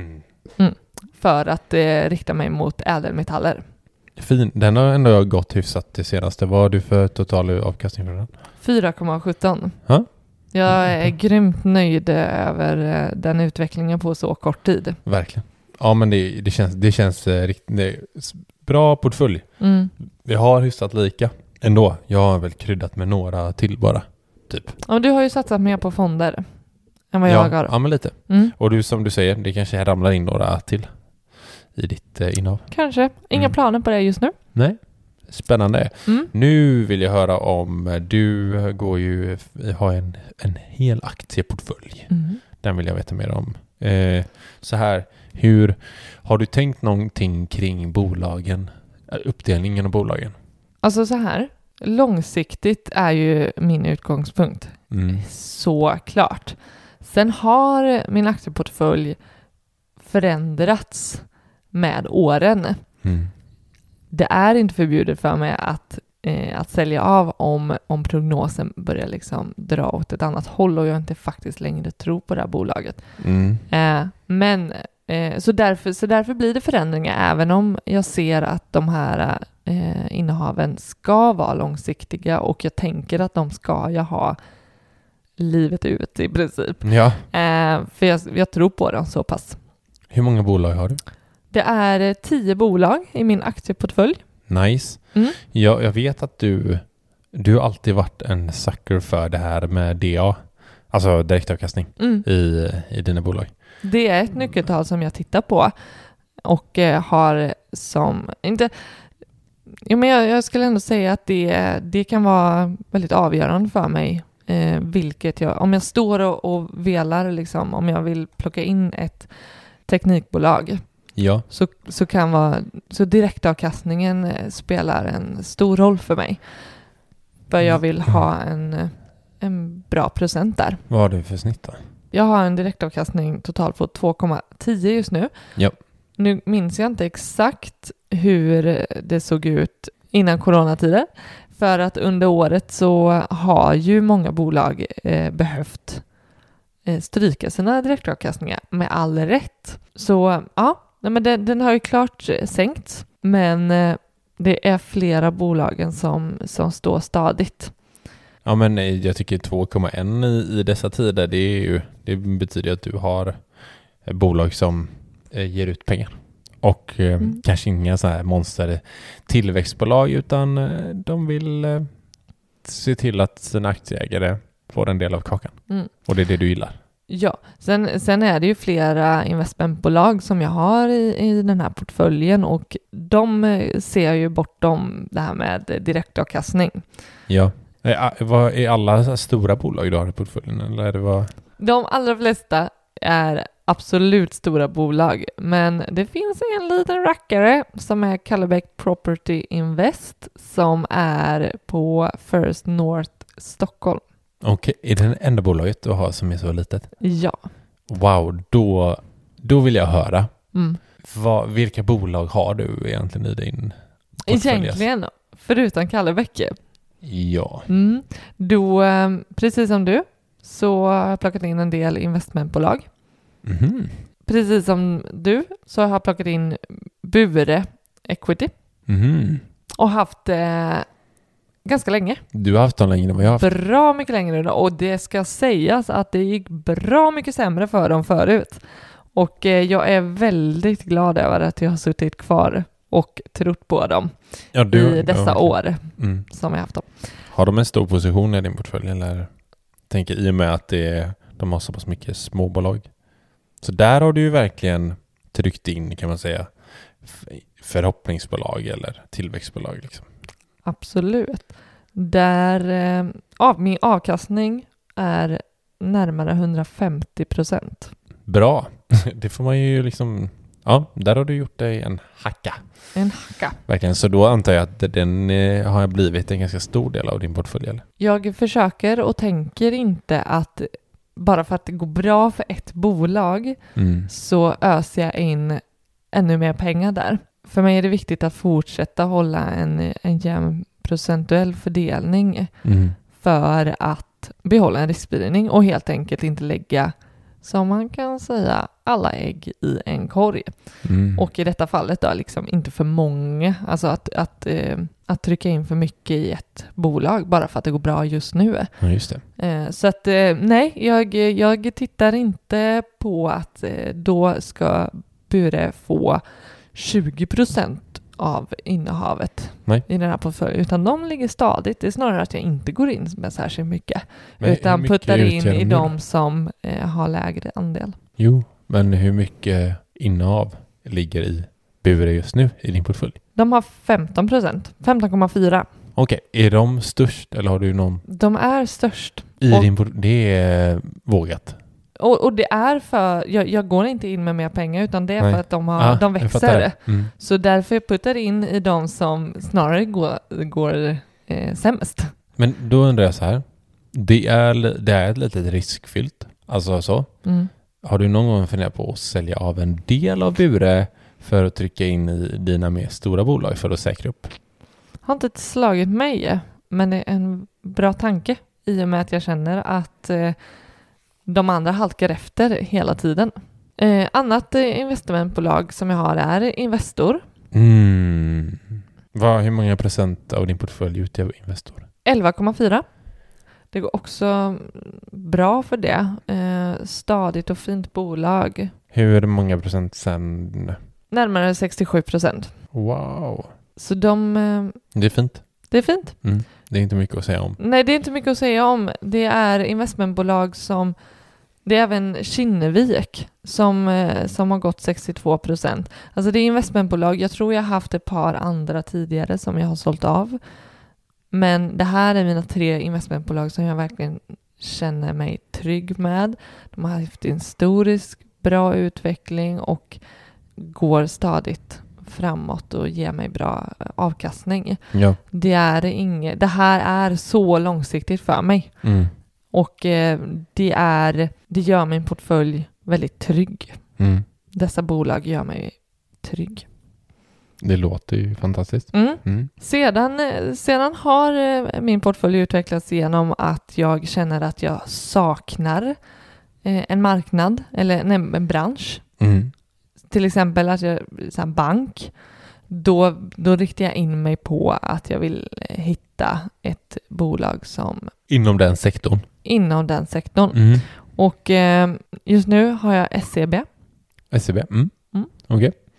För att rikta mig mot ädelmetaller. Fin. Den har ändå gått hyfsat det senaste. Vad har du för total avkastning för den? 4,17. Jag är grymt nöjd över den utvecklingen på så kort tid. Verkligen. Ja, men det känns riktigt bra portfölj. Vi har hyfsat lika ändå. Jag har väl kryddat med några till bara. Typ. Ja, du har ju satsat mer på fonder än vad jag har. Ja, men lite. Och du, som du säger, det kanske ramlar in några till i ditt innehav. Kanske. Inga planer på det just nu. Nej. Spännande. Nu vill jag höra om du har en hel aktieportfölj. Den vill jag veta mer om. Så här, har du tänkt någonting kring bolagen, uppdelningen av bolagen? Alltså så här, långsiktigt är ju min utgångspunkt. Så klart. Sen har min aktieportfölj förändrats med åren. Det är inte förbjudet för mig att sälja av om prognosen börjar liksom dra åt ett annat håll och jag inte faktiskt längre tror på det här bolaget. Men så därför blir det förändringar även om jag ser att de här innehaven ska vara långsiktiga och jag tänker att de ska jag ha livet ut i princip. Ja. För jag tror på dem så pass. Hur många bolag har du? Det är 10 bolag i min aktieportfölj. Nice. Jag vet att du har alltid varit en sucker för det här med DA. Alltså direktavkastning i dina bolag. Det är ett nyckeltal som jag tittar på och har som inte... Ja, men jag skulle ändå säga att det kan vara väldigt avgörande för mig. Om jag står och velar liksom, om jag vill plocka in ett teknikbolag så direktavkastningen spelar en stor roll för mig. För jag vill ha en bra procent där. Vad har du för snitt då? Jag har en direktavkastning totalt på 2,10 just nu. Ja. Nu minns jag inte exakt hur det såg ut innan coronatider. För att under året så har ju många bolag behövt stryka sina direktavkastningar med all rätt. Så ja, men den har ju klart sänkt. Men det är flera bolagen som står stadigt. Ja, men jag tycker 2,1 i dessa tider, det betyder att du har bolag som ger ut pengar. Och kanske inga så här monster tillväxtbolag, utan de vill se till att sina aktieägare får en del av kakan. Och det är det du gillar. Ja, sen är det ju flera investmentbolag som jag har i den här portföljen, och de ser ju bortom det här med direktavkastning. Ja. Är alla stora bolag du har i portföljen? Eller är det vad? De allra flesta är absolut stora bolag, men det finns en liten rackare som är Kallebäck Property Invest som är på First North Stockholm. Okej, är det det enda bolaget du har som är så litet? Ja. Wow, då vill jag höra. Vilka bolag har du egentligen i din portfölj? Egentligen, förutom Kallebäck. Ja. Då, precis som du, så har jag plockat in en del investmentbolag. Precis som du så har jag plockat in Bure Equity. Och haft det ganska länge. Du har haft dem längre än vad jag har haft. Bra mycket längre, och det ska sägas att det gick bra mycket sämre för dem förut. Och jag är väldigt glad över att jag har suttit kvar och trott på dem i dessa år som jag haft dem. Har de en stor position i din portfölj, eller tänker i och med att de har så pass mycket småbolag? Så där har du ju verkligen tryckt in, kan man säga, förhoppningsbolag eller tillväxtbolag liksom. Absolut. Där min avkastning är närmare 150%. Bra. Det får man ju liksom... Ja, där har du gjort dig en hacka. En hacka. Verkligen. Så då antar jag att den har blivit en ganska stor del av din portfölj, eller? Jag försöker och tänker inte att bara för att det går bra för ett bolag så öser jag in ännu mer pengar där. För mig är det viktigt att fortsätta hålla en jämn procentuell fördelning för att behålla en riskspridning och helt enkelt inte lägga, som man kan säga, alla ägg i en korg. Och i detta fallet då liksom inte för många, alltså att trycka in för mycket i ett bolag bara för att det går bra just nu. Ja, just det. Så att nej, jag tittar inte på att då ska Bure få 20% av innehavet i den här portföljen, utan de ligger stadigt. Det är snarare att jag inte går in med särskilt mycket, utan puttar in i de som har lägre andel. Jo, men hur mycket innehav ligger i Bure just nu i din portfölj? De har 15%, 15,4%. Okej, är de störst eller har du någon? De är störst. Det är vågat. Och det är för, jag går inte in med mer pengar, utan det är för att de växer. Så därför puttar jag in i de som snarare går sämst. Men då undrar jag så här. Det är ett litet riskfyllt. Alltså så. Har du någon gång funderat på att sälja av en del av Bure för att trycka in i dina mer stora bolag för att säkra upp? Har inte slagit mig, men det är en bra tanke i och med att jag känner att de andra halkar efter hela tiden. Annat investmentbolag som jag har är Investor. Hur många procent av din portfölj utgör Investor? 11,4. Det går också bra för det. Stadigt och fint bolag. Hur många procent sen? Närmare 67%. Wow. Så det är fint. Det är fint. Det är inte mycket att säga om. Nej, det är inte mycket att säga om. Det är investmentbolag som... Det är även Kinnevik som har gått 62%. Alltså det är investmentbolag. Jag tror jag har haft ett par andra tidigare som jag har sålt av. Men det här är mina 3 investmentbolag som jag verkligen känner mig trygg med. De har haft en historisk bra utveckling och går stadigt framåt och ger mig bra avkastning. Ja. Det här är så långsiktigt för mig. Och det gör min portfölj väldigt trygg. Dessa bolag gör mig trygg. Det låter ju fantastiskt. Sedan har min portfölj utvecklats genom att jag känner att jag saknar en marknad eller en bransch. Till exempel att jag bank. Då riktar jag in mig på att jag vill hitta ett bolag som... Inom den sektorn? Inom den sektorn. Och just nu har jag SEB. SEB? Okej.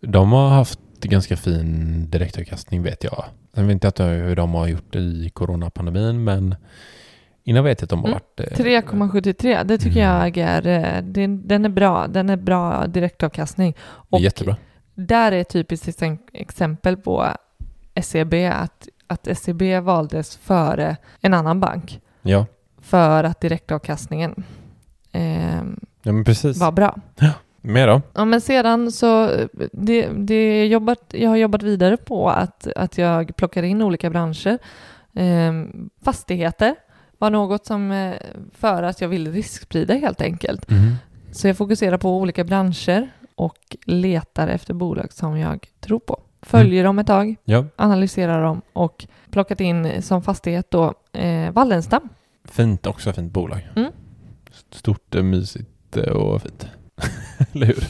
De har haft ganska fin direktavkastning vet jag. Sen vet jag inte hur de har gjort i coronapandemin, men innan vet jag att de har varit... 3,73, det tycker jag är... Den är bra. Den är bra direktavkastning. Och jättebra. Där är ett typiskt exempel på SEB, att SEB valdes före en annan bank. Ja. För att direktavkastningen ja, men precis. var bra. Ja. Mer då? Ja, men sedan så jag har jobbat vidare på att jag plockar in olika branscher. Fastigheter var något som för att jag vill risksprida helt enkelt. Så jag fokuserar på olika branscher och letar efter bolag som jag tror på. Följer dem ett tag, analyserar dem och plockat in som fastighet då Wallenstam. Fint, också fint bolag. Stort, mysigt och fint. Eller hur?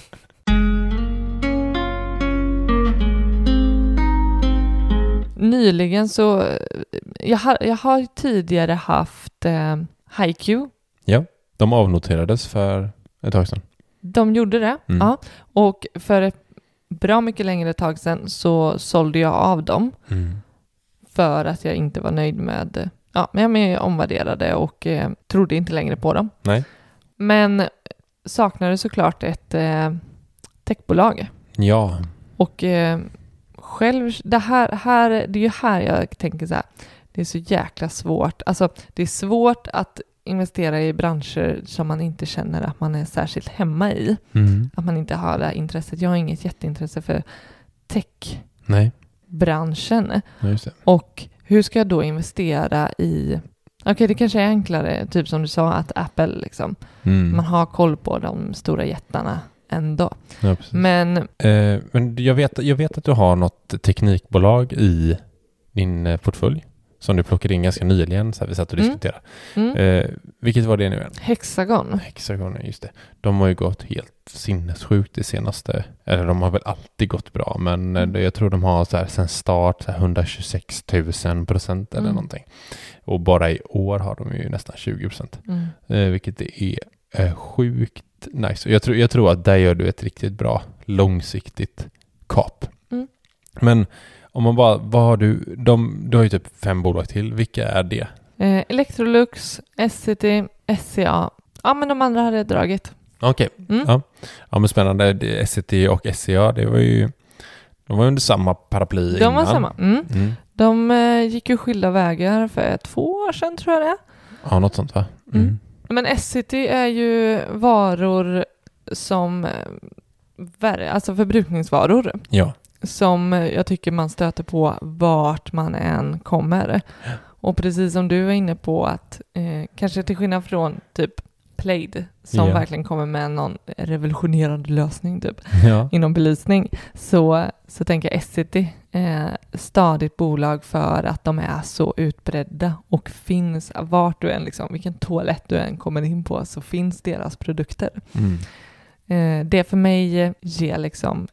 Nyligen så jag har tidigare haft HiQ. Ja, de avnoterades för ett tag sedan. De gjorde det, ja. Och för ett bra mycket längre tag sedan så sålde jag av dem. För att jag inte var nöjd med... Ja, men jag omvärderade och trodde inte längre på dem. Nej. Men saknade såklart ett techbolag. Ja. Och själv, det är ju här jag tänker så här, det är så jäkla svårt. Alltså, det är svårt att investera i branscher som man inte känner att man är särskilt hemma i. Att man inte har det här intresset. Jag har inget jätteintresse för tech-branschen. Just det. Och hur ska jag då investera i... Okej, det kanske är enklare, typ som du sa, att Apple liksom, man har koll på de stora jättarna ändå. Ja, men jag vet att du har något teknikbolag i din portfölj som du plockade in ganska nyligen, så här vi satt och diskuterade. Vilket var det nu igen? Hexagon, just det. De har ju gått helt sinnessjukt det senaste, eller de har väl alltid gått bra, men jag tror de har så här sen start så här 126 000% eller någonting. Och bara i år har de ju nästan 20%. Vilket är sjukt nice. Och jag tror att där gör du ett riktigt bra långsiktigt kap. Men om man bara, vad har du? Du har ju typ 5 bolag till. Vilka är det? Electrolux, SCT, SCA. Ja, men de andra hade jag dragit. Okej. Ja, men spännande. SCT och SCA, de var under samma paraply innan. De var samma. De gick ju skilda vägar för 2 år sedan, tror jag det är. Ja, något sånt va? Men SCT är ju varor som alltså förbrukningsvaror. Ja. Som jag tycker man stöter på vart man än kommer. Och precis som du var inne på att kanske till skillnad från typ Plaid som verkligen kommer med någon revolutionerande lösning typ inom belysning, så tänker jag SCT stadigt bolag för att de är så utbredda och finns vart du än liksom, vilken toalett du än kommer in på så finns deras produkter. Det för mig ger liksom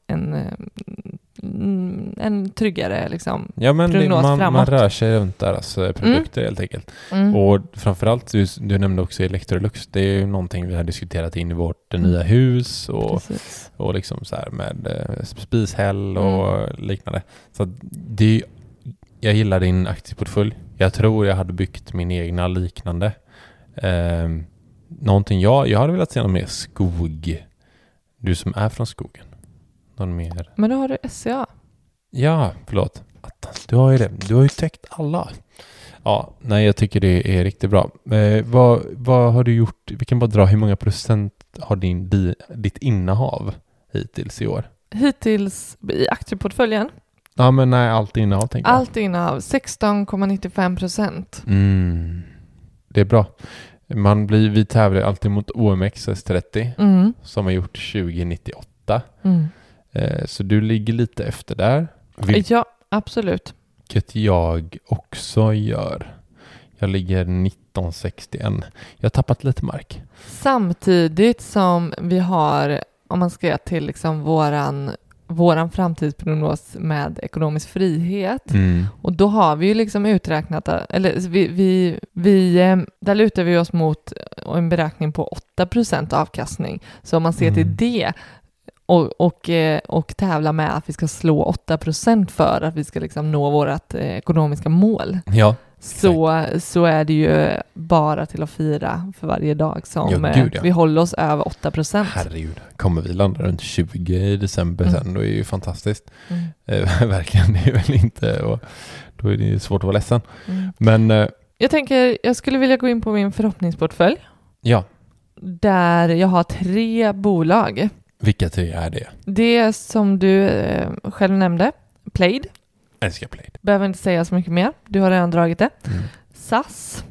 en tryggare liksom prognos framåt. Man rör sig runt deras produkter helt enkelt. Och framförallt, du nämnde också Electrolux. Det är ju någonting vi har diskuterat in i vårt nya hus och liksom så här med spishäll och liknande. Så jag gillar din aktieportfölj. Jag tror jag hade byggt min egna liknande. Någonting jag hade velat se någon mer skog. Du som är från skogen. Någon mer. Men då har du SCA. Ja, förlåt. Du har ju det. Du har ju täckt alla. Ja, nej, jag tycker det är riktigt bra. Vad har du gjort? Vi kan bara dra hur många procent har ditt innehav hittills i år? Hittills i aktieportföljen? Ja, men nej, allt innehav tänker jag. Allt innehav, 16,95%. Det är bra. Vi tävlar alltid mot OMX S30 som har gjort 2098. Så du ligger lite efter där. Ja, absolut. Vilket jag också gör. Jag ligger 1961. Jag har tappat lite mark. Samtidigt som vi har, om man ska till liksom våran framtidsprognos med ekonomisk frihet. Och då har vi ju liksom uträknat, eller där lutar vi oss mot en beräkning på 8% avkastning. Så om man ser till det, och tävla med att vi ska slå 8% för att vi ska liksom nå vårt ekonomiska mål. Ja. Så är det ju bara till att fira för varje dag som vi håller oss över 8%. Herregud, kommer vi landa runt 20 i december sen, då är det ju fantastiskt. Verkligen, det är väl inte, och då är det svårt att vara ledsen. Men jag skulle vilja gå in på min förhoppningsportfölj. Ja. Där jag har 3 bolag. Vilka 3 är det? Det som du själv nämnde, Plaid. Älskar Plaid. Behöver inte säga så mycket mer. Du har redan dragit det. SAS.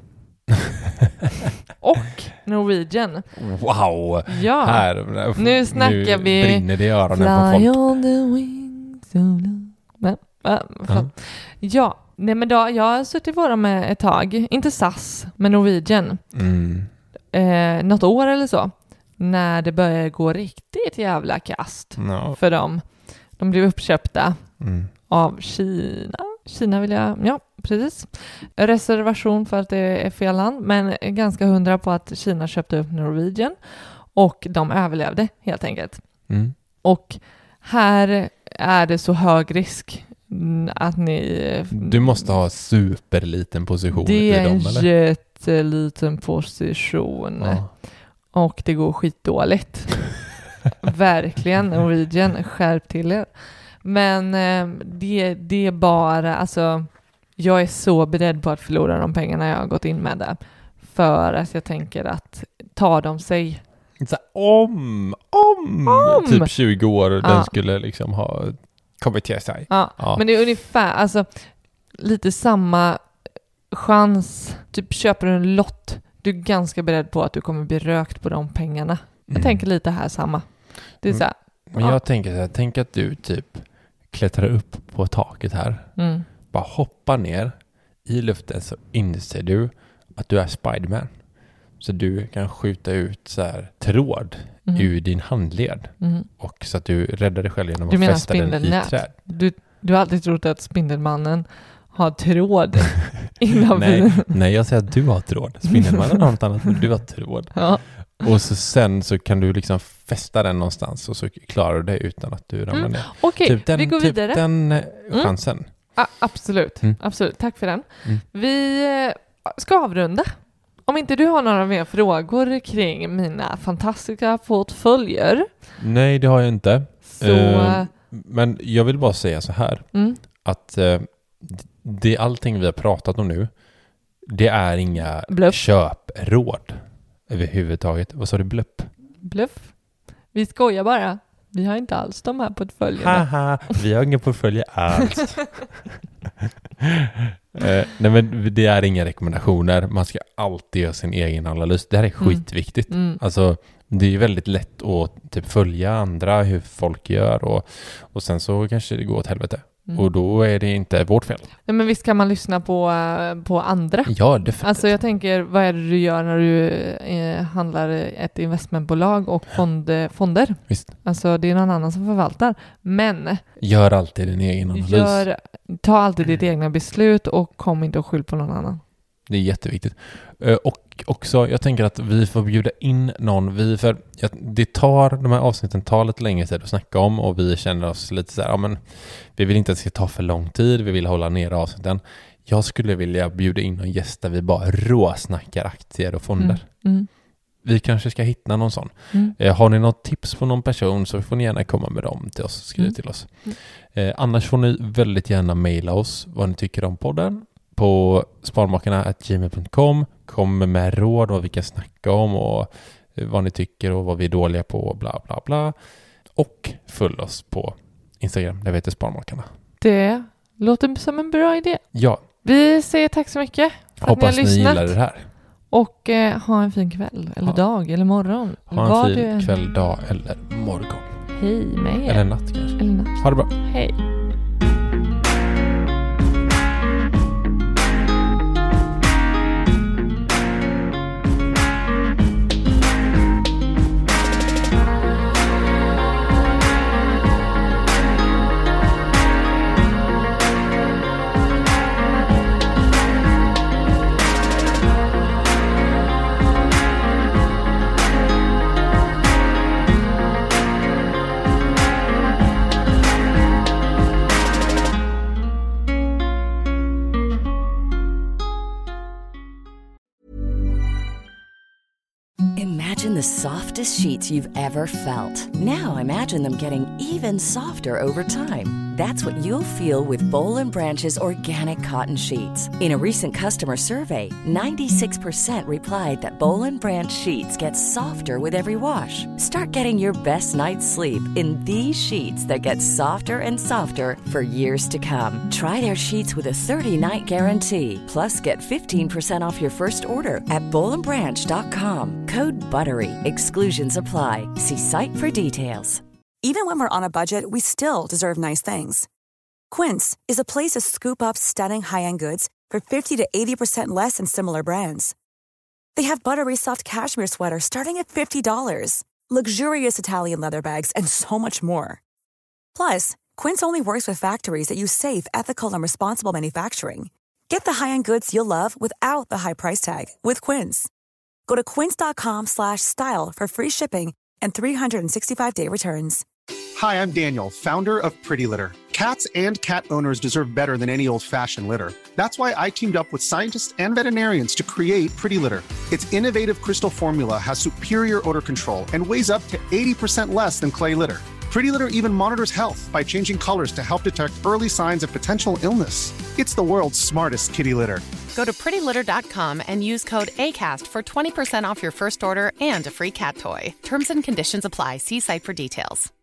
Och Norwegian. Wow! Ja. Här, nu snackar vi... brinner det i öronen på folk. On the wings of love. Ja, nej men då, jag har suttit våra med ett tag. Inte SAS, men Norwegian. Något år eller så. När det började gå riktigt jävla kast för dem. De blev uppköpta av Kina. Kina vill jag... Ja, precis. Reservation för att det är fel land. Men ganska 100 på att Kina köpte upp Norwegian. Och de överlevde helt enkelt. Och här är det så hög risk att ni... Du måste ha superliten position i dem, eller? Det är en jätteliten position. Ja. Och det går skitdåligt. Verkligen, Norwegian, skärp till er. Men det är bara, alltså, jag är så beredd på att förlora de pengarna jag har gått in med där. För att jag tänker att tar de sig... Så om typ 20 år den skulle liksom ha kommit till sig. Ja, men det är ungefär, alltså, lite samma chans. Typ köper du en lott, du är ganska beredd på att du kommer bli rökt på de pengarna. Jag tänker lite här samma. Det är så här, men jag tänker så här, tänk att du typ klättrar upp på taket här. Bara hoppa ner i luften, så inser du att du är Spiderman. Så du kan skjuta ut så här tråd ur din handled. Och så att du räddar dig själv genom att fästa den i träd. Du har alltid trott att Spindelmannen har tråd inom nej, jag säger att du har tråd. Spindelmannen har något annat, men du har tråd. Ja. Och så sen så kan du liksom fästa den någonstans och så klarar du det utan att du ramlar ner. Okej, typ vi går vidare. Typ den chansen. Absolut, absolut. Tack för den. Vi ska avrunda. Om inte du har några mer frågor kring mina fantastiska portföljer. Nej, det har jag inte. Men jag vill bara säga så här. Att det allting vi har pratat om nu, det är inga köpråd överhuvudtaget. Vad sa du? Bluff? Vi skojar bara. Vi har inte alls de här portföljerna. Haha, vi har inga portföljer alls. Nej, men det är inga rekommendationer. Man ska alltid göra sin egen analys. Det här är skitviktigt. Alltså, det är väldigt lätt att typ följa andra, hur folk gör och sen så kanske det går åt helvete. Och då är det inte vårt fel. Nej, men visst kan man lyssna på andra? Ja, definitivt. Alltså jag tänker, vad är det du gör när du handlar ett investmentbolag och fonder? Visst. Alltså det är någon annan som förvaltar. Men... Gör alltid din egen analys. Ta alltid ditt egna beslut och kom inte och skyll på någon annan. Det är jätteviktigt. Och också, jag tänker att vi får bjuda in någon. De här avsnitten tar lite längre tid att snacka om och vi känner oss lite så här, ja men vi vill inte att det ska ta för lång tid, vi vill hålla ner avsnitten. Jag skulle vilja bjuda in någon gäst där vi bara råsnackar aktier och fonder. Vi kanske ska hitta någon sån. Har ni något tips på någon person så får ni gärna komma med dem till oss, skriv till oss. Annars får ni väldigt gärna mejla oss vad ni tycker om podden på sparmakarna@gmail.com. Kom med råd vad vi kan snacka om och vad ni tycker och vad vi är dåliga på och bla bla bla. Och följ oss på Instagram, där vi heter Sparmakarna. Det låter som en bra idé. Ja. Vi säger tack så mycket för hoppas att ni har lyssnat. Hoppas ni gillar det här. Och ha en fin kväll, eller dag, eller morgon. Ha en fin kväll, dag eller morgon. Hej med er. Eller natt kanske. Eller natt. Ha det bra. Hej. Imagine the softest sheets you've ever felt. Now imagine them getting even softer over time. That's what you'll feel with Boll & Branch's organic cotton sheets. In a recent customer survey, 96% replied that Boll & Branch sheets get softer with every wash. Start getting your best night's sleep in these sheets that get softer and softer for years to come. Try their sheets with a 30-night guarantee. Plus, get 15% off your first order at bollandbranch.com. Code BUTTERY. Exclusions apply. See site for details. Even when we're on a budget, we still deserve nice things. Quince is a place to scoop up stunning high-end goods for 50 to 80% less than similar brands. They have buttery soft cashmere sweaters starting at $50, luxurious Italian leather bags, and so much more. Plus, Quince only works with factories that use safe, ethical, and responsible manufacturing. Get the high-end goods you'll love without the high price tag with Quince. Go to quince.com/style for free shipping and 365-day returns. Hi, I'm Daniel, founder of Pretty Litter. Cats and cat owners deserve better than any old-fashioned litter. That's why I teamed up with scientists and veterinarians to create Pretty Litter. Its innovative crystal formula has superior odor control and weighs up to 80% less than clay litter. Pretty Litter even monitors health by changing colors to help detect early signs of potential illness. It's the world's smartest kitty litter. Go to prettylitter.com and use code ACAST for 20% off your first order and a free cat toy. Terms and conditions apply. See site for details.